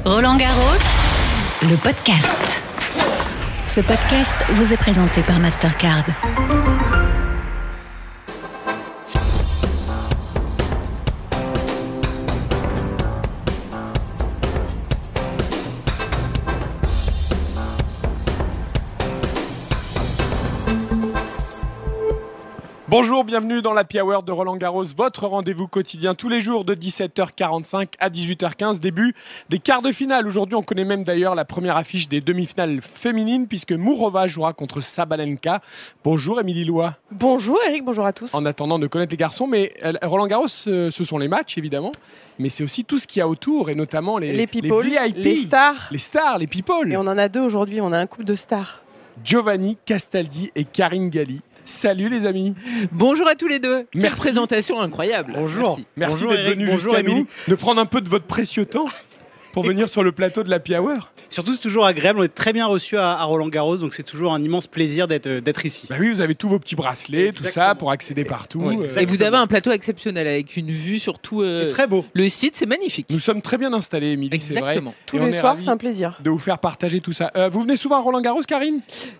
Roland Garros, le podcast. Ce podcast vous est présenté par Mastercard. Bonjour, bienvenue dans l'Happy Hour de Roland Garros, votre rendez-vous quotidien tous les jours de 17h45 à 18h15, début des quarts de finale. Aujourd'hui, on connaît même d'ailleurs la première affiche des demi-finales féminines puisque Mourova jouera contre Sabalenka. Bonjour Émilie Lois. Bonjour Eric, bonjour à tous. En attendant de connaître les garçons, mais Roland Garros, ce sont les matchs évidemment, mais c'est aussi tout ce qu'il y a autour et notamment les people, VIP, les stars. Les stars, les people. Et on en a deux aujourd'hui, on a un couple de stars. Giovanni Castaldi et Karine Galli. Salut les amis. Bonjour à tous les deux. Quelle Merci. présentation incroyable. Bonjour. Merci Bonjour, d'être Eric. venu Bonjour, jusqu'à Émilie. nous, de prendre un peu de votre précieux temps pour venir sur le plateau de l'Happy Hour. Surtout, c'est toujours agréable. On est très bien reçus à Roland Garros, donc c'est toujours un immense plaisir d'être ici. Bah oui, vous avez tous vos petits bracelets, tout ça, Exactement. pour accéder partout. Ouais. Et vous avez un plateau exceptionnel avec une vue sur tout C'est très beau. le site, c'est magnifique. Nous sommes très bien installés, Émilie, c'est vrai. Exactement. Tous Et on les est soirs, ravis c'est un plaisir. de vous faire partager tout ça. Vous venez souvent à Roland Garros, Karine ?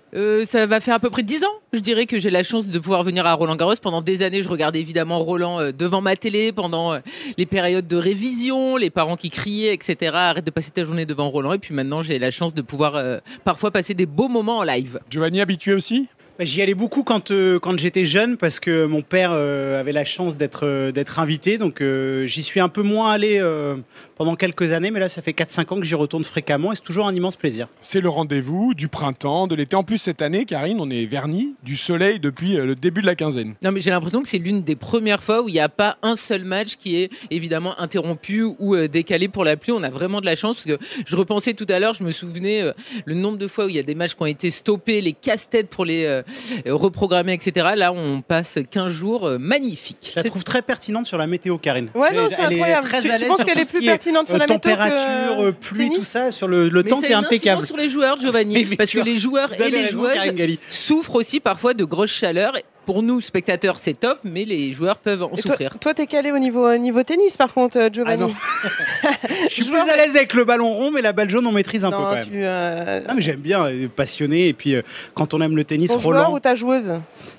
Ça va faire à peu près 10 ans. Je dirais que j'ai la chance de pouvoir venir à Roland Garros. Pendant des années, je regardais évidemment Roland devant ma télé pendant les périodes de révision, les parents qui criaient, etc. Arrête de passer ta journée devant Roland. Et puis maintenant, j'ai la chance de pouvoir parfois passer des beaux moments en live. Giovanni, habitué aussi ? Bah, j'y allais beaucoup quand j'étais jeune parce que mon père avait la chance d'être invité, donc j'y suis un peu moins allé pendant quelques années, mais là ça fait 4-5 ans que j'y retourne fréquemment et c'est toujours un immense plaisir. C'est le rendez-vous du printemps, de l'été. En plus, cette année, Karine, on est vernis du soleil depuis le début de la quinzaine. Non, mais j'ai l'impression que c'est l'une des premières fois où il n'y a pas un seul match qui est évidemment interrompu ou décalé pour la pluie. On a vraiment de la chance parce que je repensais tout à l'heure, je me souvenais le nombre de fois où il y a des matchs qui ont été stoppés, les casse-têtes pour les reprogrammer, etc. Là, on passe 15 jours magnifiques. Je la trouve très pertinente sur la météo, Karine. Ouais, non, c'est Elle est incroyable. très Tu à l'aise penses sur qu'elle tout est ce plus qui est, pertinente sur la météo température, que pluie, tennis tout ça, sur le Mais temps, ça c'est a une impeccable. incidence sur les joueurs, Giovanni, Mais parce que les joueurs vous et avez les raison, joueuses Karine Galli. souffrent aussi parfois de grosses chaleurs. Pour nous, spectateurs, c'est top, mais les joueurs peuvent en Et souffrir. toi, t'es calé au niveau tennis, par contre, Giovanni. Ah non. Je suis plus à l'aise avec le ballon rond, mais la balle jaune, on maîtrise un peu quand même. Ah, mais j'aime bien, passionné. Et puis, quand on aime le tennis, ton joueur Roland. ou ta joueuse?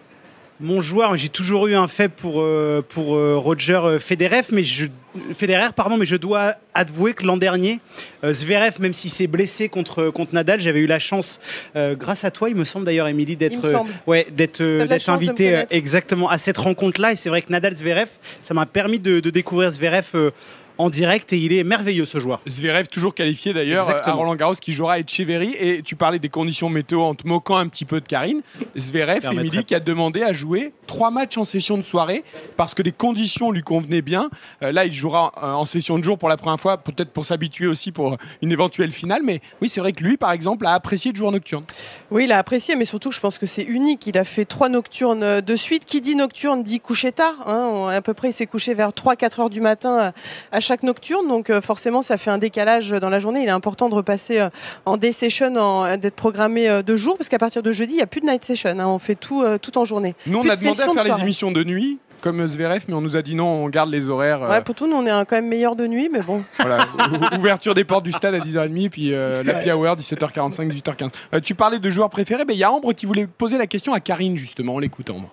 Mon joueur, j'ai toujours eu un fait pour Roger Federer, mais je dois avouer que l'an dernier, Zverev, même s'il s'est blessé contre Nadal, j'avais eu la chance, grâce à toi, il me semble d'ailleurs, Émilie, d'être de la invité chance de me connaître. exactement à cette rencontre-là. Et c'est vrai que Nadal-Zverev, ça m'a permis de découvrir Zverev en direct et il est merveilleux ce joueur. Zverev toujours qualifié d'ailleurs à Exactement. Roland Garros qui jouera à Etcheverry. Et tu parlais des conditions météo en te moquant un petit peu de Karine. Zverev, Permettrait. Émilie, qui a demandé à jouer 3 matchs en session de soirée parce que les conditions lui convenaient bien. Là, il jouera en session de jour pour la première fois, peut-être pour s'habituer aussi pour une éventuelle finale. Mais oui, c'est vrai que lui, par exemple, a apprécié de jouer en nocturne. Oui, il a apprécié, mais surtout, je pense que c'est unique. Il a fait 3 nocturnes de suite. Qui dit nocturne dit coucher tard. À peu près, il s'est couché vers 3-4 heures du matin à chaque nocturne. Donc, forcément, ça fait un décalage dans la journée. Il est important de repasser en day session, d'être programmé de jour, parce qu'à partir de jeudi, il n'y a plus de night session. On fait tout en journée. Nous, on Plus a de demandé à session faire de les soirée. émissions de nuit, comme Zverev, mais on nous a dit non, on garde les horaires. Ouais, pour tout, nous, on est quand même meilleur de nuit, mais bon. Voilà, ouverture des portes du stade à 10h30, puis l'Happy Hour, 17h45, 18h15. Tu parlais de joueurs préférés, il y a Ambre qui voulait poser la question à Karine, justement. On l'écoute, Ambre.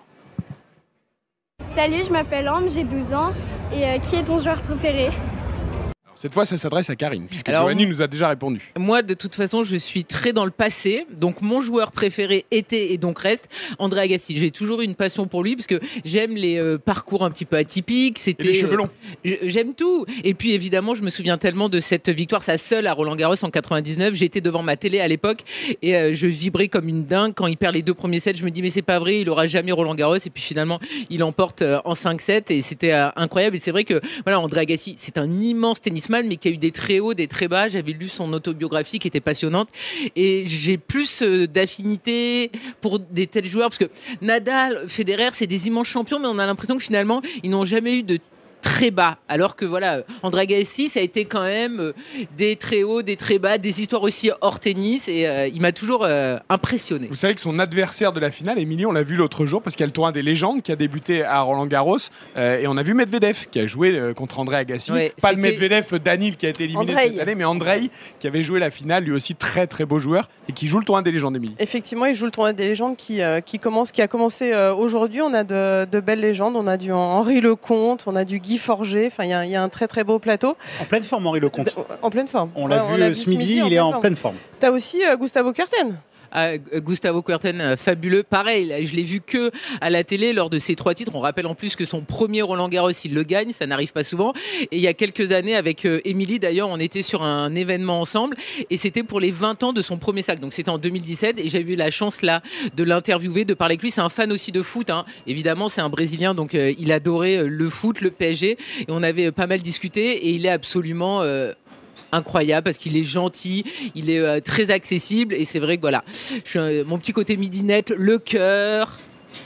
Salut, je m'appelle Ambre, j'ai 12 ans. Et qui est ton joueur préféré ? Cette fois, ça s'adresse à Karine, puisque Alors, Giovanni nous a déjà répondu. Moi, de toute façon, je suis très dans le passé. Donc, mon joueur préféré était et donc reste André Agassi. J'ai toujours eu une passion pour lui parce que j'aime les parcours un petit peu atypiques. Et les cheveux longs. J'aime tout. Et puis, évidemment, je me souviens tellement de cette victoire, sa seule à Roland-Garros en 99. J'étais devant ma télé à l'époque et je vibrais comme une dingue. Quand il perd les 2 premiers sets, je me dis, mais c'est pas vrai, il aura jamais Roland-Garros. Et puis, finalement, il emporte en 5-7 et c'était incroyable. Et c'est vrai que, voilà, André Agassi, c'est un immense tennisman, mais qui a eu des très hauts, des très bas. J'avais lu son autobiographie qui était passionnante et j'ai plus d'affinité pour des tels joueurs parce que Nadal, Federer, c'est des immenses champions, mais on a l'impression que finalement, ils n'ont jamais eu de très bas. Alors que voilà, André Agassi, ça a été quand même des très hauts, des très bas, des histoires aussi hors tennis. Et il m'a toujours impressionné. Vous savez que son adversaire de la finale, Émilie, on l'a vu l'autre jour, parce qu'il y a le tournoi des légendes qui a débuté à Roland-Garros. Et on a vu Medvedev qui a joué contre André Agassi. Ouais, pas le Medvedev Danil qui a été éliminé Andrei. cette année, mais Andrei qui avait joué la finale, lui aussi très très beau joueur, et qui joue le tournoi des légendes, Émilie. Effectivement, il joue le tournoi des légendes qui a commencé aujourd'hui. On a de belles légendes. On a du Henri Lecomte, on a du Guy Forger. Enfin, il y a un très très beau plateau. En pleine forme, Henri Lecomte. En pleine forme. On l'a vu ce midi, il est en pleine forme. T'as aussi Gustavo Kuerten. Gustavo Kuerten, fabuleux. Pareil, là, je l'ai vu que à la télé lors de ces 3 titres. On rappelle en plus que son premier Roland-Garros, il le gagne, ça n'arrive pas souvent. Et il y a quelques années, avec Émilie d'ailleurs, on était sur un événement ensemble et c'était pour les 20 ans de son premier sac. Donc c'était en 2017 et j'avais eu la chance là de l'interviewer, de parler avec lui. C'est un fan aussi de foot, hein. Évidemment, c'est un Brésilien, donc il adorait le foot, le PSG. Et on avait pas mal discuté et il est absolument... incroyable parce qu'il est gentil, il est très accessible et c'est vrai que voilà, mon petit côté midinette, le cœur.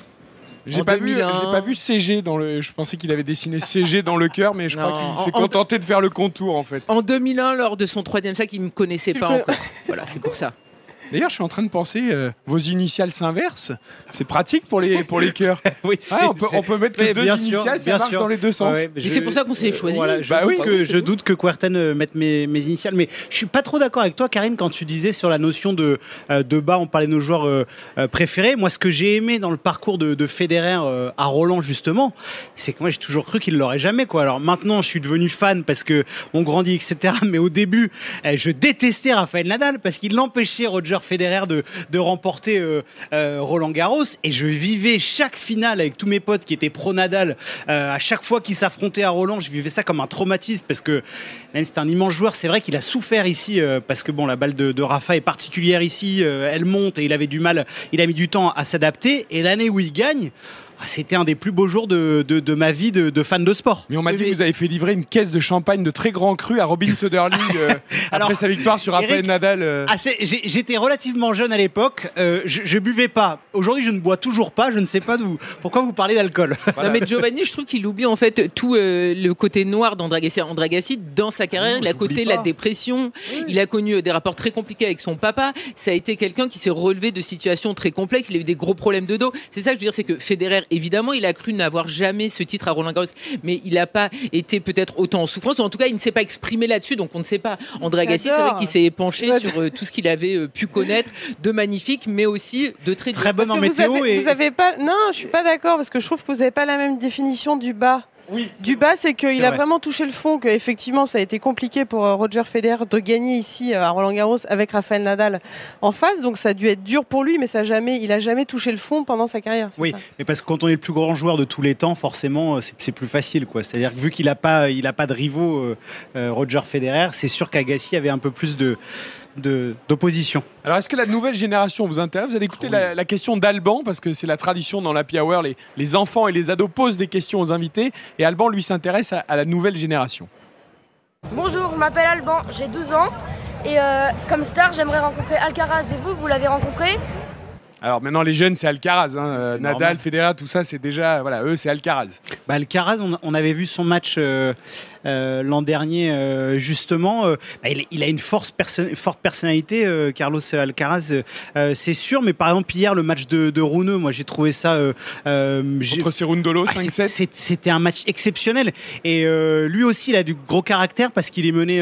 J'ai pas vu CG dans le. Je pensais qu'il avait dessiné CG dans le cœur, mais je crois qu'il s'est contenté de faire le contour en fait. En 2001, lors de son 3e sac, il me connaissait pas encore. Voilà, c'est pour ça. D'ailleurs, je suis en train de penser, vos initiales s'inversent, c'est pratique pour les cœurs. Oui, on peut mettre que 2 initiales, ça marche dans les 2 sens. Ouais, Et c'est pour ça qu'on s'est choisi. Voilà, je doute que Kuerten mette mes initiales. Mais je suis pas trop d'accord avec toi, Karine, quand tu disais sur la notion de bas, on parlait de nos joueurs préférés. Moi, ce que j'ai aimé dans le parcours de Federer à Roland, justement, c'est que moi, j'ai toujours cru qu'il l'aurait jamais, quoi. Alors maintenant, je suis devenu fan parce que on grandit, etc. Mais au début, je détestais Rafael Nadal parce qu'il l'empêchait, Roger Federer, de remporter Roland-Garros, et je vivais chaque finale avec tous mes potes qui étaient pro Nadal. À chaque fois qu'ils s'affrontaient à Roland, je vivais ça comme un traumatisme parce que même si c'est un immense joueur, c'est vrai qu'il a souffert ici parce que bon, la balle de Rafa est particulière ici, elle monte et il avait du mal, il a mis du temps à s'adapter, et l'année où il gagne, c'était un des plus beaux jours de ma vie de fan de sport. Mais on m'a dit que vous avez fait livrer une caisse de champagne de très grand cru à Robin Söderling après sa victoire sur Rafael Nadal. J'étais relativement jeune à l'époque, je buvais pas. Aujourd'hui, je ne bois toujours pas. Je ne sais pas pourquoi vous parlez d'alcool. Voilà. Non mais Giovanni, je trouve qu'il oublie en fait tout le côté noir d'André Agassi. André Agassi, dans sa carrière, il a connu la dépression. Oui. Il a connu des rapports très compliqués avec son papa. Ça a été quelqu'un qui s'est relevé de situations très complexes. Il a eu des gros problèmes de dos. C'est ça que je veux dire, c'est que Federer, évidemment, il a cru n'avoir jamais ce titre à Roland-Garros, mais il n'a pas été peut-être autant en souffrance, ou en tout cas, il ne s'est pas exprimé là-dessus, donc on ne sait pas. André Agassi, c'est vrai qu'il s'est épanché sur tout ce qu'il avait pu connaître de magnifique, mais aussi de très bon en météo. Vous avez pas... Non, je suis pas d'accord, parce que je trouve que vous n'avez pas la même définition du bas. Oui. Du bas, c'est qu'il a vraiment touché le fond, qu'effectivement, ça a été compliqué pour Roger Federer de gagner ici à Roland-Garros avec Rafael Nadal en face. Donc ça a dû être dur pour lui, mais il a jamais touché le fond pendant sa carrière. Oui, mais parce que quand on est le plus grand joueur de tous les temps, forcément, c'est plus facile, quoi. C'est-à-dire que vu qu'il n'a pas de rivaux, Roger Federer, c'est sûr qu'Agassi avait un peu plus d'opposition. Alors, est-ce que la nouvelle génération vous intéresse ? Vous allez écouter la question d'Alban, parce que c'est la tradition dans l'Happy Hour, les enfants et les ados posent des questions aux invités, et Alban, lui, s'intéresse à la nouvelle génération. Bonjour, je m'appelle Alban, j'ai 12 ans, et comme star, j'aimerais rencontrer Alcaraz, et vous l'avez rencontré ? Alors maintenant les jeunes c'est Alcaraz, Nadal, normal. Federer, tout ça c'est déjà, voilà, eux c'est Alcaraz. Alcaraz, on avait vu son match l'an dernier justement, il a une forte personnalité, Carlos Alcaraz, c'est sûr, mais par exemple hier le match de Rune, moi j'ai trouvé ça contre Cerundolo 5-7. C'était un match exceptionnel, et lui aussi il a du gros caractère parce qu'il est mené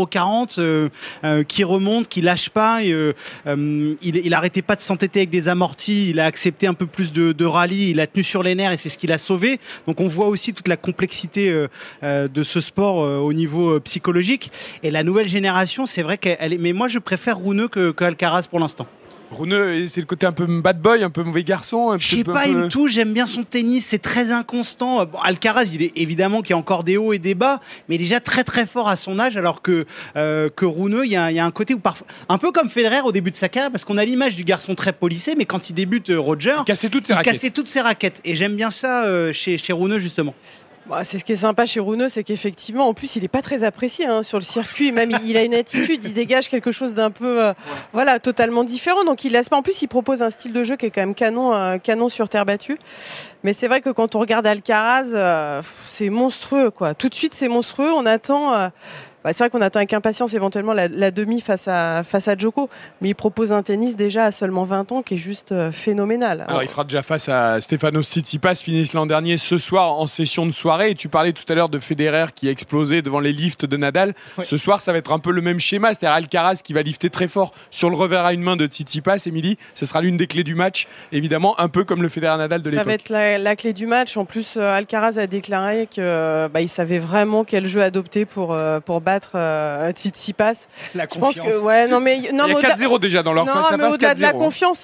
0-40, qui remonte, qui lâche pas, et, il arrêtait pas de s'entêter avec des amortis, il a accepté un peu plus de rallye, il a tenu sur les nerfs et c'est ce qui l'a sauvé. Donc on voit aussi toute la complexité de ce sport au niveau psychologique. Et la nouvelle génération, c'est vrai qu'elle est... Mais moi je préfère Rune que Alcaraz pour l'instant. Rune, c'est le côté un peu bad boy, un peu mauvais garçon. Je sais pas, il me touche, j'aime bien son tennis, c'est très inconstant. Bon, Alcaraz, il est évidemment qu'il y a encore des hauts et des bas, mais il est déjà très très fort à son âge, alors que Rune, il y a un côté où parfois, un peu comme Federer au début de sa carrière, parce qu'on a l'image du garçon très policé, mais quand il débute, Roger, il cassait toutes ses raquettes. Et j'aime bien ça chez Rune justement. Bah, c'est ce qui est sympa chez Runeux, c'est qu'effectivement, en plus, il n'est pas très apprécié sur le circuit. Même, il a une attitude, il dégage quelque chose d'un peu, totalement différent. Donc, il laisse pas. En plus, il propose un style de jeu qui est quand même canon sur terre battue. Mais c'est vrai que quand on regarde Alcaraz, c'est monstrueux, quoi. Tout de suite, c'est monstrueux. On attend. C'est vrai qu'on attend avec impatience éventuellement la demi face à Djoko, mais il propose un tennis déjà à seulement 20 ans qui est juste phénoménal. Alors il fera déjà face à Stefanos Tsitsipas, finisse l'an dernier ce soir en session de soirée. Et tu parlais tout à l'heure de Federer qui a explosé devant les lifts de Nadal. Oui. Ce soir, ça va être un peu le même schéma, c'est-à-dire Alcaraz qui va lifter très fort sur le revers à une main de Tsitsipas. Émilie, ce sera l'une des clés du match, évidemment, un peu comme le Federer-Nadal de l'époque. Ça va être la clé du match. En plus, Alcaraz a déclaré qu'il savait vraiment quel jeu adopter pour battre Tsitsipas. La confiance. Je pense que, il y a 4-0 déjà dans leur face à face. Au-delà de la confiance,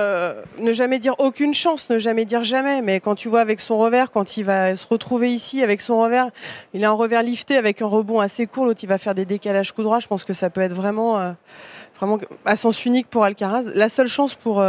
ne jamais dire aucune chance, ne jamais dire jamais. Mais quand tu vois avec son revers, quand il va se retrouver ici avec son revers, il a un revers lifté avec un rebond assez court, l'autre il va faire des décalages coup droit. Je pense que ça peut être vraiment à sens unique pour Alcaraz. La seule chance pour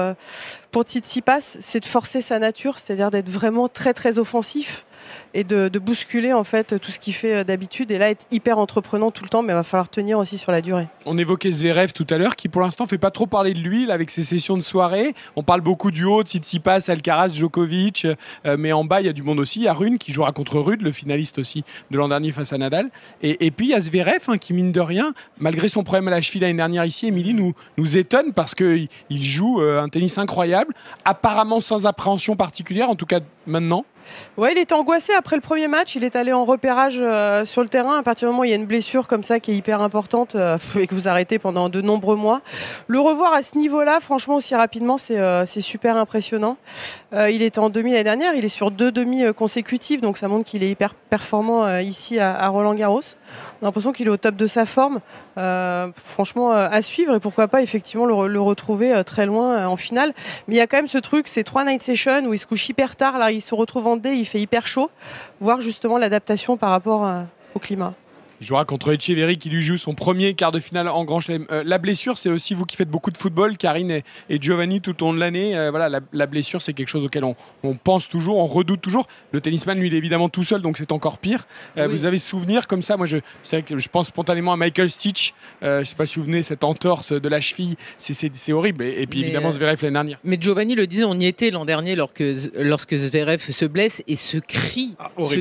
Tsitsipas, c'est de forcer sa nature, c'est-à-dire d'être vraiment très très offensif et de bousculer en fait tout ce qu'il fait d'habitude, et là être hyper entreprenant tout le temps, mais il va falloir tenir aussi sur la durée. On évoquait Zverev tout à l'heure qui pour l'instant fait pas trop parler de lui là, avec ses sessions de soirée. On parle beaucoup du haut, Tsitsipas, Alcaraz, Djokovic, mais en bas il y a du monde aussi. Il y a Rune qui jouera contre Rude, le finaliste aussi de l'an dernier face à Nadal, et puis il y a Zverev qui mine de rien, malgré son problème à la cheville l'année dernière ici, Émilie nous étonne parce qu'il joue un tennis incroyable, apparemment sans appréhension particulière, en tout cas maintenant. Ouais, il était angoissé après le premier match. Il est allé en repérage sur le terrain. À partir du moment où il y a une blessure comme ça qui est hyper importante et que vous arrêtez pendant de nombreux mois, le revoir à ce niveau-là, franchement aussi rapidement, c'est super impressionnant. Il était en demi l'année dernière. Il est sur 2 demi consécutives, donc ça montre qu'il est hyper performant ici à Roland-Garros. On a l'impression qu'il est au top de sa forme. Franchement, à suivre, et pourquoi pas effectivement le retrouver très loin en finale. Mais il y a quand même ce truc, ces 3 night sessions où il se couche hyper tard. Là, il se retrouve en D, il fait hyper chaud. Voir justement l'adaptation par rapport au climat. Il jouera contre Etcheverry qui lui joue son premier quart de finale en Grand Chelem. La blessure, c'est aussi vous qui faites beaucoup de football, Karine et Giovanni, tout au long de l'année. La blessure, c'est quelque chose auquel on pense toujours, on redoute toujours. Le tennisman, lui, il est évidemment tout seul, donc c'est encore pire. Oui. Vous avez souvenir comme ça? Moi, c'est vrai que je pense spontanément à Michael Stich. Je ne sais pas si vous vous souvenez, cette entorse de la cheville, c'est horrible. Et puis évidemment, Zverev l'année dernière. Mais Giovanni le disait, on y était l'an dernier lorsque Zverev se blesse, et ce cri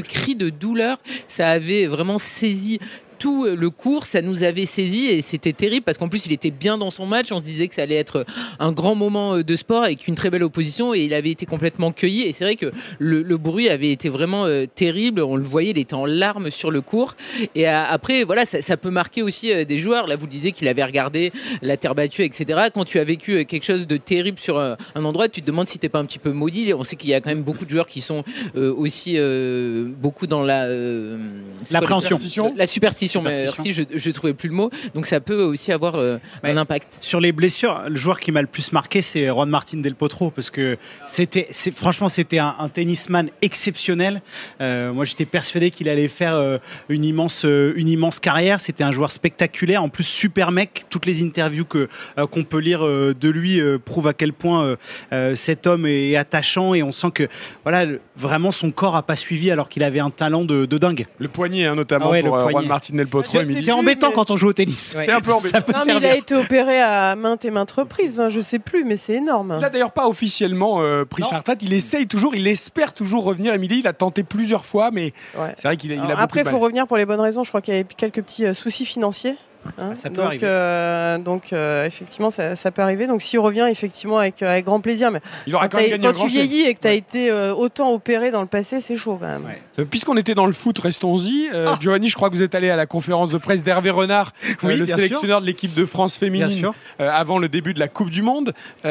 de douleur, ça avait vraiment saisi tout le cours, ça nous avait saisi, et c'était terrible parce qu'en plus il était bien dans son match. On se disait que ça allait être un grand moment de sport avec une très belle opposition, et il avait été complètement cueilli, et c'est vrai que le bruit avait été vraiment terrible. On le voyait, il était en larmes sur le court, et après voilà, ça peut marquer aussi des joueurs. Là vous disiez qu'il avait regardé la terre battue, etc. Quand tu as vécu quelque chose de terrible sur un endroit, tu te demandes si t'es pas un petit peu maudit. On sait qu'il y a quand même beaucoup de joueurs qui sont aussi beaucoup dans l'appréhension, la superstition. Merci, je trouvais plus le mot. Donc ça peut aussi avoir un impact. Sur les blessures, le joueur qui m'a le plus marqué, c'est Juan Martín del Potro, parce que franchement c'était un tennisman exceptionnel. Moi j'étais persuadé qu'il allait faire une immense carrière. C'était un joueur spectaculaire, en plus super mec. Toutes les interviews qu'on peut lire de lui prouvent à quel point cet homme est attachant, et on sent que voilà, vraiment son corps a pas suivi alors qu'il avait un talent de dingue. Le poignet notamment pour Juan Martín del Potro. C'est embêtant quand on joue au tennis. Ouais. C'est un peu embêtant. Mais il a été opéré à maintes et maintes reprises, je sais plus, mais c'est énorme. Il n'a d'ailleurs pas officiellement pris sa retraite. Il essaye toujours, il espère toujours revenir. Émilie, il a tenté plusieurs fois, mais c'est vrai qu'il a après, il faut revenir pour les bonnes raisons. Je crois qu'il y avait quelques petits soucis financiers. Ça peut arriver. Donc effectivement ça peut arriver. Donc s'il revient effectivement avec grand plaisir, mais il aura quand même gagné quand tu vieillis et que tu as été autant opéré dans le passé, c'est chaud quand même. Ouais. Puisqu'on était dans le foot, restons-y. Giovanni, je crois que vous êtes allé à la conférence de presse d'Hervé Renard, le sélectionneur de l'équipe de France féminine, avant le début de la Coupe du Monde.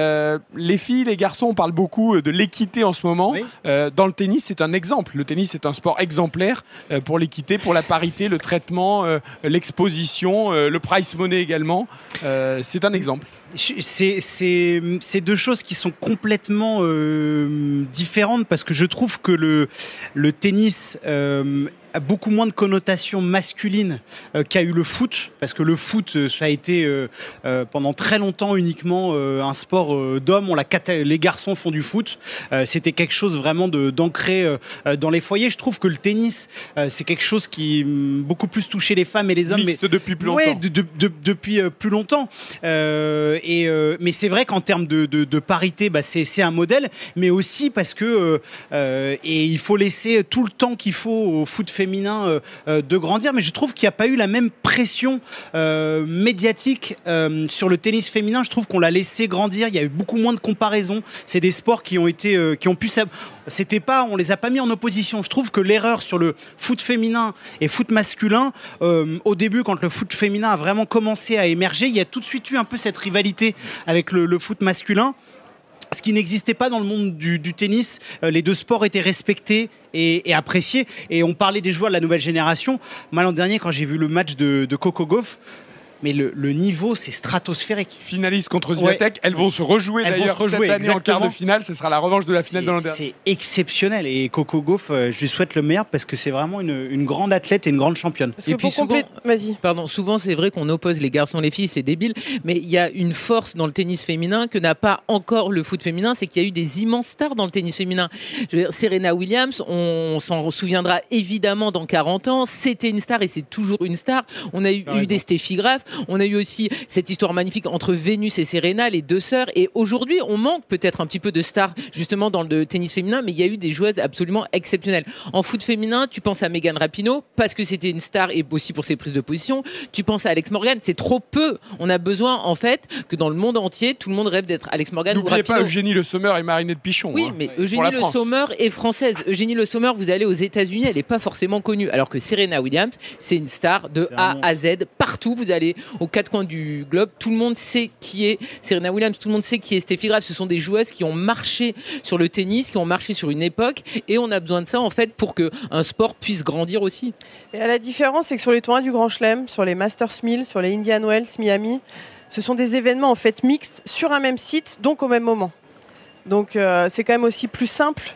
Les filles, les garçons, on parle beaucoup de l'équité en ce moment. Oui. Dans le tennis, c'est un exemple. Le tennis, c'est un sport exemplaire pour l'équité, pour la parité, le traitement, l'exposition, le prize money également. C'est un exemple. C'est deux choses qui sont complètement différentes, parce que je trouve que le tennis beaucoup moins de connotation masculine qu'a eu le foot, parce que le foot, ça a été pendant très longtemps uniquement un sport d'hommes. Les garçons font du foot. C'était quelque chose vraiment d'ancré dans les foyers. Je trouve que le tennis, c'est quelque chose qui beaucoup plus touché les femmes et les hommes. Mixte depuis plus longtemps. Ouais, depuis plus longtemps. Mais c'est vrai qu'en termes de parité, c'est un modèle, mais aussi parce que et il faut laisser tout le temps qu'il faut au foot féminin de grandir. Mais je trouve qu'il n'y a pas eu la même pression médiatique sur le tennis féminin. Je trouve qu'on l'a laissé grandir. Il y a eu beaucoup moins de comparaisons. C'est des sports qui ont pu. On les a pas mis en opposition. Je trouve que l'erreur sur le foot féminin et foot masculin, au début, quand le foot féminin a vraiment commencé à émerger, il y a tout de suite eu un peu cette rivalité avec le foot masculin. Ce qui n'existait pas dans le monde du tennis. Les deux sports étaient respectés et appréciés. Et on parlait des joueurs de la nouvelle génération. Moi, l'an dernier, quand j'ai vu le match de Coco Gauff, mais le niveau, c'est stratosphérique. Finaliste contre Swiatek, ouais. Elles vont se rejouer d'ailleurs cette année exactement. En quart de finale. Ce sera la revanche de la finale de l'an dernier. C'est exceptionnel. Et Coco Gauff, je lui souhaite le meilleur parce que c'est vraiment une grande athlète et une grande championne. Et puis souvent, c'est vrai qu'on oppose les garçons et les filles, c'est débile. Mais il y a une force dans le tennis féminin que n'a pas encore le foot féminin, c'est qu'il y a eu des immenses stars dans le tennis féminin. Je veux dire, Serena Williams, on s'en souviendra évidemment dans 40 ans. C'était une star et c'est toujours une star. On a eu des Steffi Graf. On a eu aussi cette histoire magnifique entre Vénus et Serena, les deux sœurs. Et aujourd'hui, on manque peut-être un petit peu de stars justement dans le tennis féminin, mais il y a eu des joueuses absolument exceptionnelles. En foot féminin, tu penses à Megan Rapinoe parce que c'était une star et aussi pour ses prises de position. Tu penses à Alex Morgan, c'est trop peu. On a besoin en fait que dans le monde entier, tout le monde rêve d'être Alex Morgan ou Rapinoe. N'oubliez pas Eugénie Le Sommer et Marinette Pichon. Oui, mais Eugénie Le Sommer est française. Eugénie Le Sommer, vous allez aux États-Unis, elle n'est pas forcément connue. Alors que Serena Williams, c'est une star de A à Z. Partout, vous allez aux quatre coins du globe, tout le monde sait qui est Serena Williams, tout le monde sait qui est Steffi Graf. Ce sont des joueuses qui ont marché sur le tennis, qui ont marché sur une époque, et on a besoin de ça en fait pour que un sport puisse grandir aussi. Et la différence, c'est que sur les tournois du Grand Chelem, sur les Masters 1000, sur les Indian Wells, Miami, ce sont des événements en fait mixtes sur un même site, donc au même moment. Donc c'est quand même aussi plus simple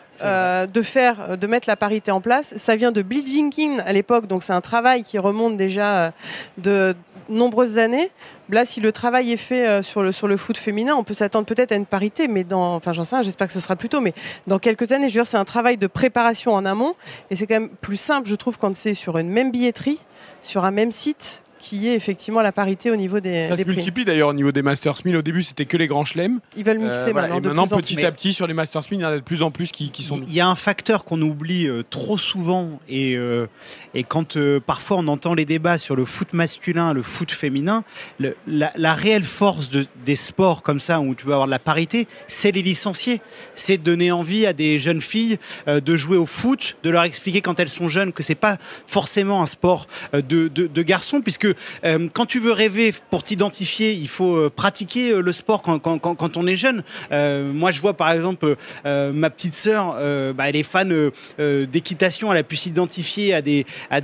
de mettre la parité en place. Ça vient de Billie Jean King à l'époque, donc c'est un travail qui remonte déjà de nombreuses années. Là, si le travail est fait sur le foot féminin, on peut s'attendre peut-être à une parité, mais j'en sais rien, j'espère que ce sera plus tôt, mais dans quelques années, je veux dire, c'est un travail de préparation en amont, et c'est quand même plus simple, je trouve, quand c'est sur une même billetterie, sur un même site, qui est effectivement la parité au niveau des Ça se multiplie d'ailleurs au niveau des Masters 1000. Au début, c'était que les grands chelems. Ils veulent mixer maintenant. Et maintenant, petit à petit, sur les Masters 1000, il y en a de plus en plus qui sont mis. Il y a un facteur qu'on oublie trop souvent, et quand parfois on entend les débats sur le foot masculin, le foot féminin, la réelle force des sports comme ça, où tu peux avoir de la parité, c'est les licenciés. C'est de donner envie à des jeunes filles de jouer au foot, de leur expliquer quand elles sont jeunes que c'est pas forcément un sport de garçons, puisque quand tu veux rêver pour t'identifier, il faut pratiquer le sport quand on est jeune. Moi, je vois par exemple ma petite sœur, elle est fan d'équitation. Elle a pu s'identifier à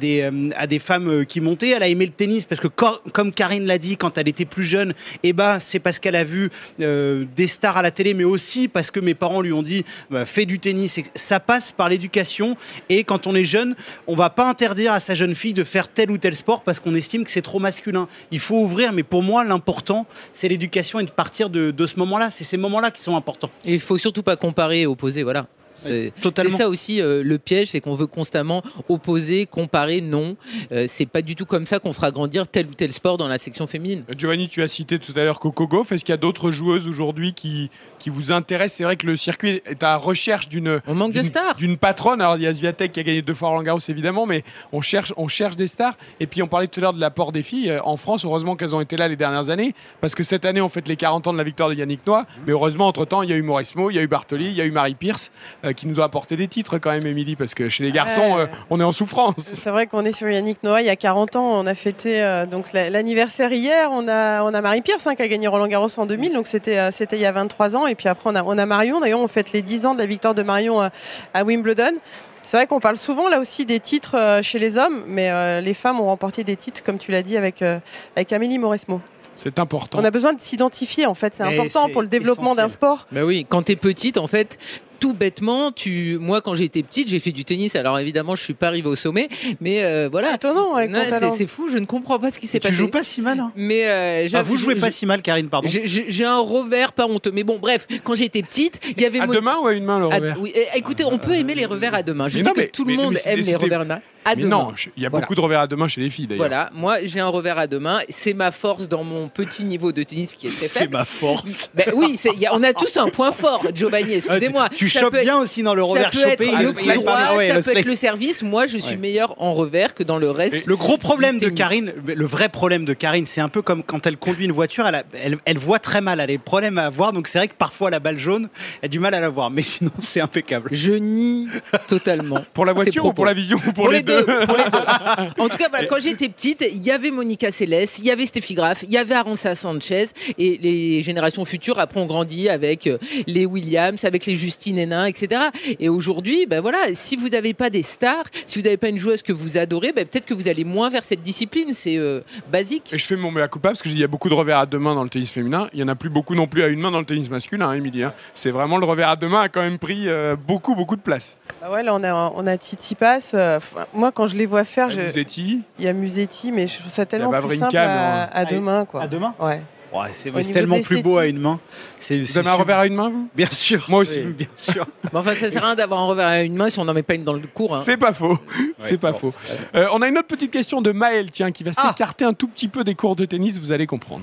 des femmes qui montaient. Elle a aimé le tennis parce que, comme Karine l'a dit, quand elle était plus jeune, c'est parce qu'elle a vu des stars à la télé, mais aussi parce que mes parents lui ont dit fais du tennis. Et ça passe par l'éducation. Et quand on est jeune, on va pas interdire à sa jeune fille de faire tel ou tel sport parce qu'on estime que c'est trop masculin. Il faut ouvrir, mais pour moi, l'important, c'est l'éducation et de partir de ce moment-là. C'est ces moments-là qui sont importants. Et il faut surtout pas comparer et opposer, voilà. C'est ça aussi le piège, c'est qu'on veut constamment opposer, comparer. Non, c'est pas du tout comme ça qu'on fera grandir tel ou tel sport dans la section féminine. Giovanni, tu as cité tout à l'heure Coco Gauff. Est-ce qu'il y a d'autres joueuses aujourd'hui qui vous intéressent? C'est vrai que le circuit est à la recherche d'une patronne. Alors il y a Swiatek qui a gagné 2 fois Roland Garros évidemment, mais on cherche des stars. Et puis on parlait tout à l'heure de l'apport des filles en France. Heureusement qu'elles ont été là les dernières années, parce que cette année on fête les 40 ans de la victoire de Yannick Noah. Mais heureusement entre temps il y a eu Mauresmo, il y a eu Bartoli, il y a eu Marie Pierce qui nous ont apporté des titres quand même, Émilie, parce que chez les garçons, on est en souffrance. C'est vrai qu'on est sur Yannick Noah il y a 40 ans. On a fêté donc l'anniversaire hier. On a Marie Pierce qui a gagné Roland Garros en 2000, donc c'était il y a 23 ans. Et puis après, on a Marion. D'ailleurs, on fête les 10 ans de la victoire de Marion à Wimbledon. C'est vrai qu'on parle souvent là aussi des titres chez les hommes, mais les femmes ont remporté des titres, comme tu l'as dit, avec Amélie Mauresmo. C'est important. On a besoin de s'identifier, en fait. C'est important pour le développement d'un sport. Bah oui, quand t'es petite, en fait, tout bêtement, moi quand j'étais petite, j'ai fait du tennis. Alors évidemment, je suis pas arrivée au sommet, mais voilà. Étonnant avec ton talent. C'est fou, je ne comprends pas ce qui s'est passé. Tu joues pas si mal. Hein. Mais vous jouez pas si mal, Karine, pardon. J'ai un revers pas honteux. Mais bon, bref, quand j'étais petite, il y avait à deux mains ou à une main le revers? Oui, écoutez, on peut aimer les revers à deux mains. Je sais que tout le monde aime les revers à deux mains. Non, il y a beaucoup de revers à deux mains chez les filles d'ailleurs. Voilà, moi j'ai un revers à deux mains. C'est ma force dans mon petit niveau de tennis qui est très faible. C'est ma force. Ben oui, on a tous un point fort, Giovanni. Excusez-moi. Tu chopes bien aussi dans le revers chopé. Ça peut être le coup droit, ça peut être le service. Moi, je suis meilleur en revers que dans le reste. Le gros problème de Karine, le vrai problème de Karine, c'est un peu comme quand elle conduit une voiture. Elle voit très mal. Elle a des problèmes à voir. Donc c'est vrai que parfois la balle jaune, elle a du mal à la voir. Mais sinon, c'est impeccable. Je nie totalement. Pour la voiture ou pour la vision ou pour les deux? Pour les deux. En tout cas, voilà, quand j'étais petite, il y avait Monica Seles, il y avait Steffi Graf, il y avait Arantxa Sanchez, et les générations futures après ont grandi avec les Williams, avec les Justine Henin, etc. Et aujourd'hui, ben voilà, si vous n'avez pas des stars, si vous n'avez pas une joueuse que vous adorez, ben peut-être que vous allez moins vers cette discipline. C'est basique. Et je fais mon mea culpa parce que il y a beaucoup de revers à deux mains dans le tennis féminin. Il y en a plus beaucoup non plus à une main dans le tennis masculin, hein, Émilie. Hein. C'est vraiment le revers à deux mains a quand même pris beaucoup de place. Bah ouais, là on a Tsitsipas. Moi, quand je les vois faire, Musetti. Il y a Musetti, mais je trouve ça tellement plus simple à deux mains, quoi. À deux mains. Ouais. Ouais, c'est tellement plus beau à une main. Vous avez un revers à une main, vous? Bien sûr. Moi aussi. Oui, bien sûr. Mais enfin, ça sert à rien d'avoir un revers à une main si on n'en met pas une dans le cours. Hein. C'est pas faux. C'est pas faux. On a une autre petite question de Maëlle, tiens, qui va s'écarter un tout petit peu des cours de tennis, vous allez comprendre.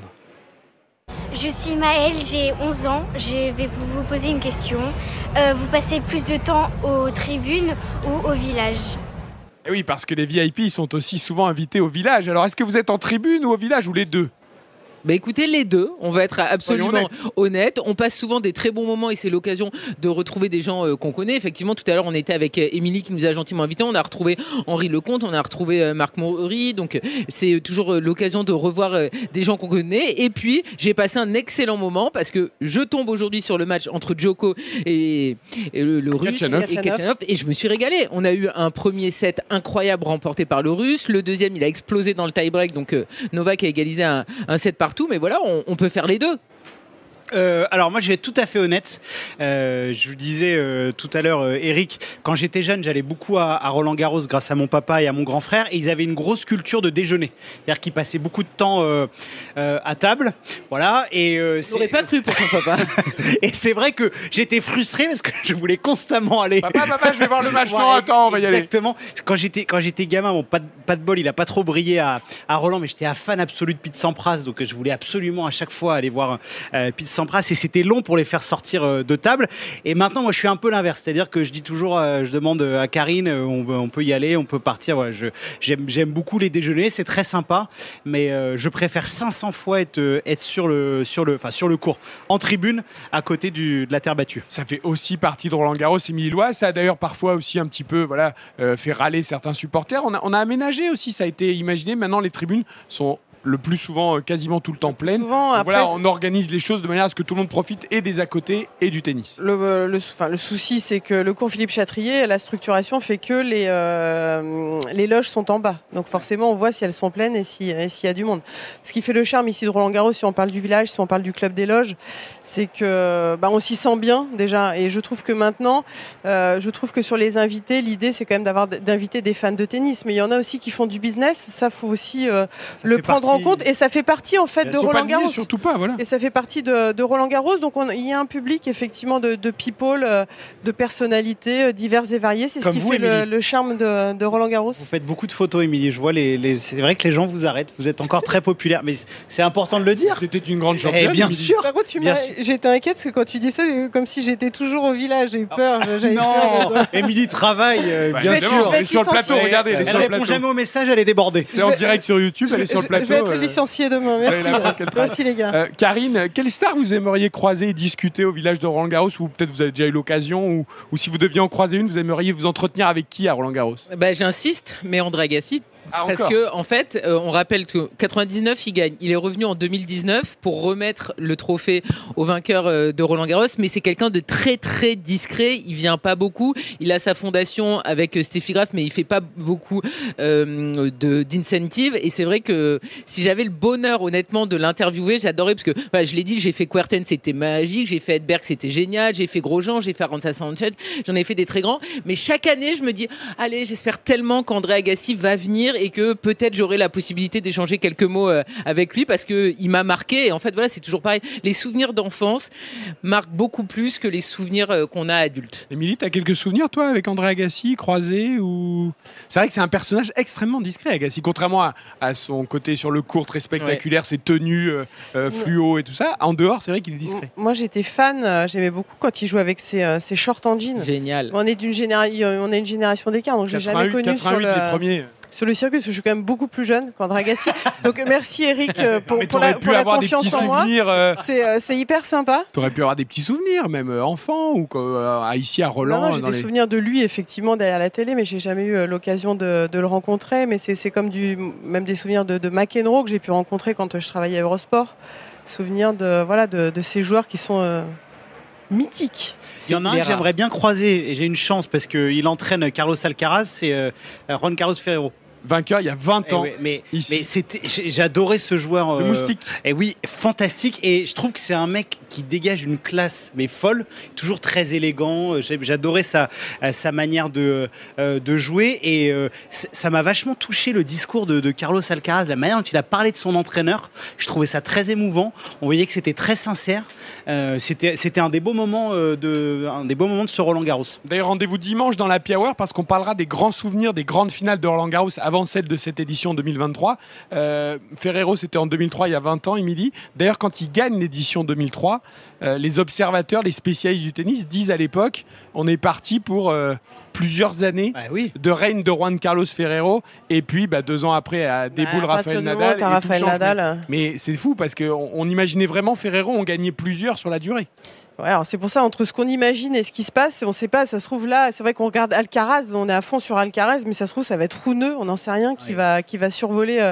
Je suis Maëlle, j'ai 11 ans. Je vais vous poser une question. Vous passez plus de temps aux tribunes ou au village? Et oui, parce que les VIP sont aussi souvent invités au village. Alors, est-ce que vous êtes en tribune ou au village ou les deux? Bah écoutez, les deux, on va être absolument honnête. On passe souvent des très bons moments et c'est l'occasion de retrouver des gens qu'on connaît. Effectivement, tout à l'heure, on était avec Émilie qui nous a gentiment invités. On a retrouvé Henri Lecomte, on a retrouvé Marc Maury. Donc, c'est toujours l'occasion de revoir des gens qu'on connaît. Et puis, j'ai passé un excellent moment parce que je tombe aujourd'hui sur le match entre Djoko et le Russe et Kachanov. Et je me suis régalé. On a eu un premier set incroyable remporté par le Russe. Le deuxième, il a explosé dans le tie-break. Donc, Novak a égalisé un set partout. Mais voilà, on peut faire les deux. Alors moi je vais être tout à fait honnête, je vous disais tout à l'heure Eric, quand j'étais jeune j'allais beaucoup à Roland Garros grâce à mon papa et à mon grand frère et ils avaient une grosse culture de déjeuner, c'est-à-dire qu'ils passaient beaucoup de temps à table, voilà. Et je n'aurais pas cru pour ton papa. Et c'est vrai que j'étais frustré parce que je voulais constamment aller. Papa, je vais voir le match. Non, attends, on va y aller. Exactement. Quand j'étais gamin, bon, pas de bol, il a pas trop brillé à Roland, mais j'étais un fan absolu de Pete Sampras, donc je voulais absolument à chaque fois aller voir Pete Sampras et c'était long pour les faire sortir de table. Et maintenant, moi, je suis un peu l'inverse, c'est-à-dire que je dis toujours, je demande à Karine, on peut y aller, on peut partir. Voilà, j'aime beaucoup les déjeuners, c'est très sympa, mais je préfère 500 fois être sur le court, en tribune, à côté de la terre battue. Ça fait aussi partie de Roland Garros, Émilie Lois. Ça a d'ailleurs parfois aussi un petit peu, fait râler certains supporters. On a aménagé aussi, ça a été imaginé. Maintenant, les tribunes sont le plus souvent quasiment tout le temps pleine. Voilà, on organise les choses de manière à ce que tout le monde profite et des à côté et du tennis. Le souci, c'est que le cours Philippe Chatrier, la structuration fait que les loges sont en bas. Donc forcément, on voit si elles sont pleines et s'il y a du monde. Ce qui fait le charme ici de Roland Garros, si on parle du village, si on parle du club des loges, c'est que on s'y sent bien déjà. Et je trouve que maintenant, sur les invités, l'idée c'est quand même d'inviter des fans de tennis. Mais il y en a aussi qui font du business. Ça, faut aussi le prendre en compte, et ça fait partie en fait de Roland Garros. Surtout pas, voilà. Et ça fait partie de Roland Garros, donc il y a un public effectivement de people, de personnalités diverses et variées. C'est comme ce qui vous, fait le charme de Roland Garros. Vous faites beaucoup de photos, Émilie. Je vois c'est vrai que les gens vous arrêtent. Vous êtes encore très populaire, mais c'est important de le dire. C'était une grande championne. Bien sûr. Par contre, j'étais inquiète parce que quand tu dis ça, c'est comme si j'étais toujours au village. J'ai eu peur. Non, Émilie travaille, bien sûr. Elle est sur le plateau. Regardez, elle répond jamais au message. Elle est débordée. C'est en direct sur YouTube. Elle est sur le plateau. Je vais être licenciée demain. Merci les gars. Karine, quelle star vous aimeriez croiser et discuter au village de Roland Garros, ou peut-être vous avez déjà eu l'occasion, ou si vous deviez en croiser une, vous aimeriez vous entretenir avec qui à Roland Garros? J'insiste, mais André Agassi. Parce que en fait, on rappelle que 99, il gagne. Il est revenu en 2019 pour remettre le trophée au vainqueur de Roland-Garros, mais c'est quelqu'un de très très discret. Il vient pas beaucoup. Il a sa fondation avec Steffi Graf, mais il fait pas beaucoup d'incentive. Et c'est vrai que si j'avais le bonheur, honnêtement, de l'interviewer, j'adorais parce que voilà, je l'ai dit, j'ai fait Kuerten, c'était magique. J'ai fait Edberg, c'était génial. J'ai fait Grosjean, j'ai fait Arantxa Sanchez. J'en ai fait des très grands. Mais chaque année, je me dis, allez, j'espère tellement qu'André Agassi va venir et que peut-être j'aurai la possibilité d'échanger quelques mots avec lui parce que il m'a marqué. Et en fait, voilà, c'est toujours pareil. Les souvenirs d'enfance marquent beaucoup plus que les souvenirs qu'on a adultes. Émilie, t'as quelques souvenirs, toi, avec André Agassi, croisé ou... C'est vrai que c'est un personnage extrêmement discret, Agassi, contrairement à son côté sur le court très spectaculaire, ses tenues fluo et tout ça. En dehors, c'est vrai qu'il est discret. Moi, j'étais fan. J'aimais beaucoup quand il jouait avec ses shorts en jean. Génial. On est on a une génération d'écart, donc je l'ai jamais connu 88, les premiers. Sur le circuit, parce que je suis quand même beaucoup plus jeune qu'André Agassi. Donc merci Eric pour la confiance en moi. C'est hyper sympa. T'aurais pu avoir des petits souvenirs, même enfant ou ici à Roland. Non, j'ai des souvenirs de lui effectivement derrière la télé, mais j'ai jamais eu l'occasion de le rencontrer. Mais c'est comme même des souvenirs de McEnroe que j'ai pu rencontrer quand je travaillais à Eurosport. Souvenirs de ces joueurs qui sont mythiques. Il y en a un que j'aimerais bien croiser et j'ai une chance parce qu'il entraîne Carlos Alcaraz, c'est Juan Carlos Ferrero. Vainqueur il y a 20 ans. Mais j'ai adoré ce joueur. Le moustique. Et oui, fantastique. Et je trouve que c'est un mec qui dégage une classe, mais folle. Toujours très élégant. J'adorais sa manière de jouer. Et ça m'a vachement touché le discours de Carlos Alcaraz, la manière dont il a parlé de son entraîneur. Je trouvais ça très émouvant. On voyait que c'était très sincère. C'était un des beaux moments de ce Roland-Garros. D'ailleurs, rendez-vous dimanche dans la Happy Hour parce qu'on parlera des grands souvenirs des grandes finales de Roland-Garros avant celle de cette édition 2023. Ferrero, c'était en 2003, il y a 20 ans, Émilie. D'ailleurs, quand il gagne l'édition 2003, les observateurs, les spécialistes du tennis disent à l'époque, on est parti pour plusieurs années de règne de Juan Carlos Ferrero. Et puis, 2 ans après, déboule Rafael Nadal. Mais c'est fou parce qu'on imaginait vraiment Ferrero, on gagnait plusieurs sur la durée. Ouais, alors c'est pour ça, entre ce qu'on imagine et ce qui se passe, on ne sait pas, ça se trouve là, c'est vrai qu'on regarde Alcaraz, on est à fond sur Alcaraz, mais ça se trouve, ça va être Runeux, on n'en sait rien, qui va survoler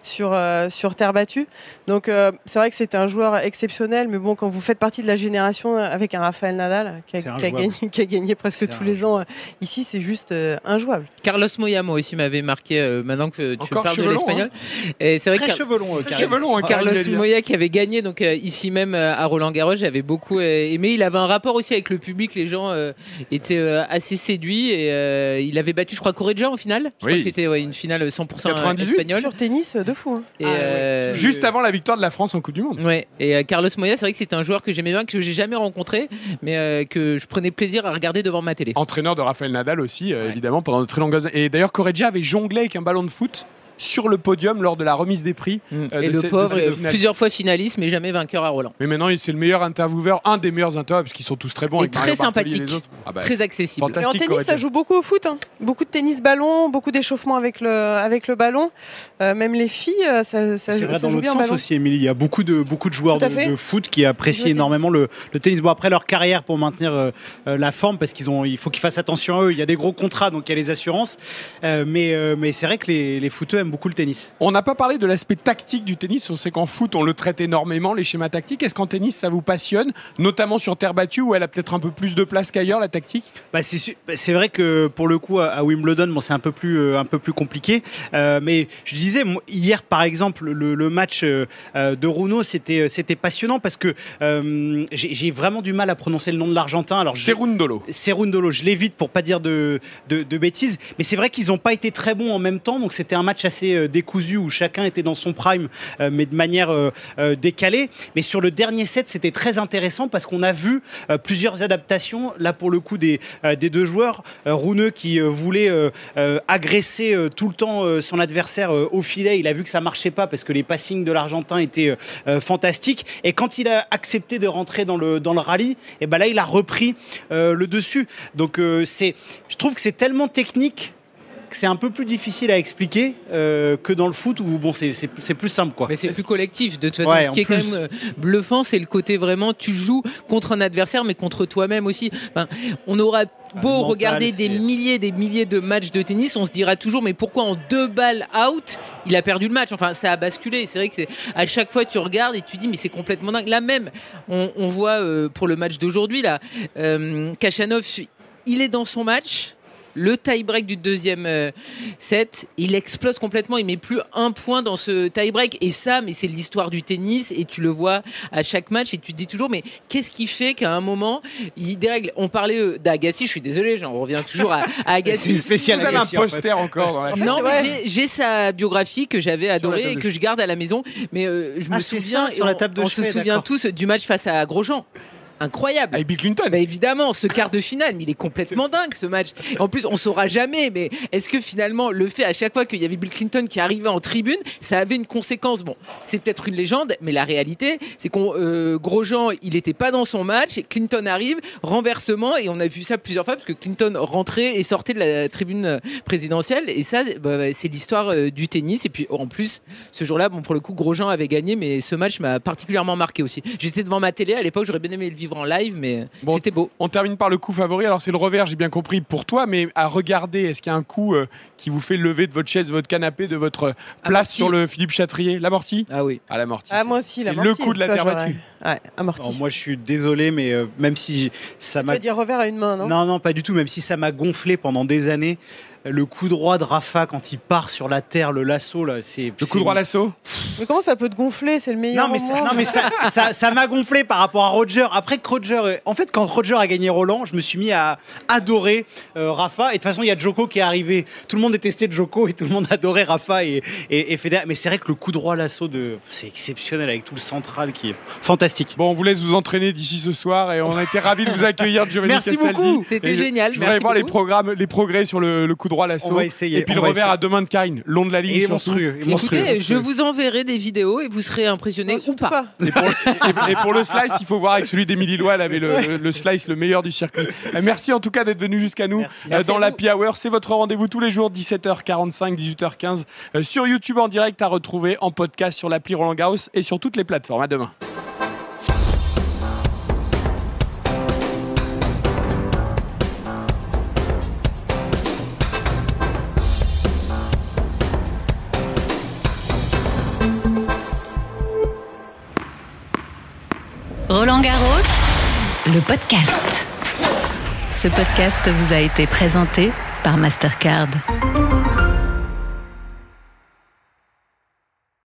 sur terre battue. Donc c'est vrai que c'était un joueur exceptionnel, mais bon, quand vous faites partie de la génération avec un Rafael Nadal, qui a gagné presque tous les ans ici, c'est juste injouable. Carlos Moya, moi aussi, m'avait marqué, maintenant que tu parles de l'espagnol. Hein. Et c'est vrai très chevelon, Carlos Moya qui avait gagné, donc ici même à Roland-Garros, j'avais beaucoup aimé. Il avait un rapport aussi avec le public, les gens étaient assez séduits et il avait battu, je crois, Correggia en finale. Je crois que c'était une finale 100% 98, espagnole. Sur tennis de fou. Hein. Et juste avant la victoire de la France en Coupe du Monde. Ouais. Et Carlos Moya, c'est vrai que c'est un joueur que j'aimais bien, que j'ai jamais rencontré, mais que je prenais plaisir à regarder devant ma télé. Entraîneur de Rafael Nadal aussi, évidemment, pendant de très longues années. Et d'ailleurs, Correggia avait jonglé avec un ballon de foot sur le podium lors de la remise des prix. Et le pauvre, plusieurs fois finaliste, mais jamais vainqueur à Roland. Mais maintenant, c'est le meilleur intervieweur, un des meilleurs intervieweurs, parce qu'ils sont tous très bons. Et très sympathique, très accessible. Et en tennis, ça joue beaucoup au foot. Hein. Beaucoup de tennis-ballon, beaucoup d'échauffement avec le ballon. Même les filles, ça joue bien au ballon. Aussi, Émilie. Il y a beaucoup de joueurs de foot qui apprécient énormément le tennis. Bon, après leur carrière, pour maintenir la forme, parce il faut qu'ils fassent attention à eux. Il y a des gros contrats, donc il y a les assurances. Mais c'est vrai que les footeux aiment beaucoup le tennis. On n'a pas parlé de l'aspect tactique du tennis. On sait qu'en foot, on le traite énormément, les schémas tactiques. Est-ce qu'en tennis, ça vous passionne, notamment sur terre battue, où elle a peut-être un peu plus de place qu'ailleurs, la tactique ? C'est vrai que pour le coup, à Wimbledon, c'est un peu plus compliqué. Mais je disais, hier, par exemple, le match de Runo, c'était passionnant parce que j'ai vraiment du mal à prononcer le nom de l'Argentin. Cerundolo, je l'évite pour pas dire de bêtises. Mais c'est vrai qu'ils n'ont pas été très bons en même temps. Donc c'était un match assez décousu où chacun était dans son prime, mais de manière décalée. Mais sur le dernier set, c'était très intéressant parce qu'on a vu plusieurs adaptations. Là, pour le coup, des deux joueurs. Runeux qui voulait agresser tout le temps son adversaire au filet. Il a vu que ça marchait pas parce que les passings de l'Argentin étaient fantastiques. Et quand il a accepté de rentrer dans le rallye, et là, il a repris le dessus. Donc, je trouve que c'est tellement technique c'est un peu plus difficile à expliquer que dans le foot où bon, c'est plus simple, quoi. Mais c'est plus collectif, de toute façon. Ouais, ce qui est quand même bluffant, c'est le côté vraiment, tu joues contre un adversaire, mais contre toi-même aussi. Enfin, on aura beau mental, regarder des milliers de matchs de tennis, on se dira toujours, mais pourquoi en 2 balles out, il a perdu le match? Enfin, ça a basculé. C'est vrai que à chaque fois, tu regardes et tu dis, mais c'est complètement dingue. Là même, on voit pour le match d'aujourd'hui, là, Khachanov, il est dans son match. Le tie-break du deuxième set, il explose complètement, il met plus un point dans ce tie-break, et ça, mais c'est l'histoire du tennis, et tu le vois à chaque match, et tu te dis toujours, mais qu'est-ce qui fait qu'à un moment, il dérègle? On parlait d'Agassi, je suis désolé, j'en reviens toujours à Agassi. C'est spécial. Vous avez un Agassi, en fait. poster encore dans la Non, mais j'ai sa biographie que j'avais adorée et que je garde à la maison, mais je me souviens, ça, sur la table de on se chevet, souvient d'accord. tous du match face à Grosjean. Incroyable. avec Bill Clinton. Bah évidemment, ce quart de finale, mais il est complètement dingue ce match. Et en plus, on saura jamais, mais est-ce que finalement, le fait à chaque fois qu'il y avait Bill Clinton qui arrivait en tribune, ça avait une conséquence? Bon, c'est peut-être une légende, mais la réalité, c'est qu'on Grosjean, il n'était pas dans son match, et Clinton arrive, renversement, et on a vu ça plusieurs fois parce que Clinton rentrait et sortait de la tribune présidentielle, et ça, c'est l'histoire du tennis. Et puis en plus, ce jour-là, bon, pour le coup, Grosjean avait gagné, mais ce match m'a particulièrement marqué aussi. J'étais devant ma télé à l'époque, j'aurais bien aimé le vivre en live, mais Bon, c'était beau. On termine par le coup favori. Alors c'est le revers, j'ai bien compris pour toi, mais à regarder, est-ce qu'il y a un coup qui vous fait lever de votre chaise, de votre canapé, de votre place Amorti. sur le Philippe Chatrier? L'amorti? Ah oui. Ah, l'amorti. Ah, moi aussi, c'est l'amorti. le coup de la Tu vois, terre j'aurais- battue. Ouais, amorti. Alors, moi, je suis désolé, mais même si ça Tu m'a vas dire revers à une main, non? Non, pas du tout. Même si ça m'a gonflé pendant des années, le coup droit de Rafa quand il part sur la terre, le lasso là, c'est Le coup droit lasso? Mais comment ça peut te gonfler? C'est le meilleur Non mais, moment. ça m'a gonflé par rapport à Roger. Après que Roger, en fait, quand Roger a gagné Roland, je me suis mis à adorer Rafa. Et de toute façon, il y a Djoko qui est arrivé. Tout le monde détestait Djoko et tout le monde adorait Rafa et Federer. Mais c'est vrai que le coup droit lasso c'est exceptionnel avec tout le central qui est fantastique. Bon, on vous laisse vous entraîner d'ici ce soir et on a été ravis de vous accueillir, Giovanni Merci Castaldi. beaucoup. C'était Et génial. Je voudrais Merci voir beaucoup. les progrès sur le coup droit lasso. On va essayer. Et puis le On va revers essayer. à deux mains de Karine, long de la ligne. Il est surtout. monstrueux. il est monstrueux. Écoutez, je vous enverrai des vidéos et vous serez impressionnés Non, ou surtout pas. Et pour le slice, il faut voir avec celui d'Émilie Lois, elle avait le slice le meilleur du circuit. Merci en tout cas d'être venu jusqu'à nous Merci. dans à la vous. Hour. C'est votre rendez-vous tous les jours, 17h45, 18h15, sur YouTube en direct à retrouver en podcast sur l'appli Roland Garros et sur toutes les plateformes. À demain. Roland Garros, le podcast. Ce podcast vous a été présenté par Mastercard.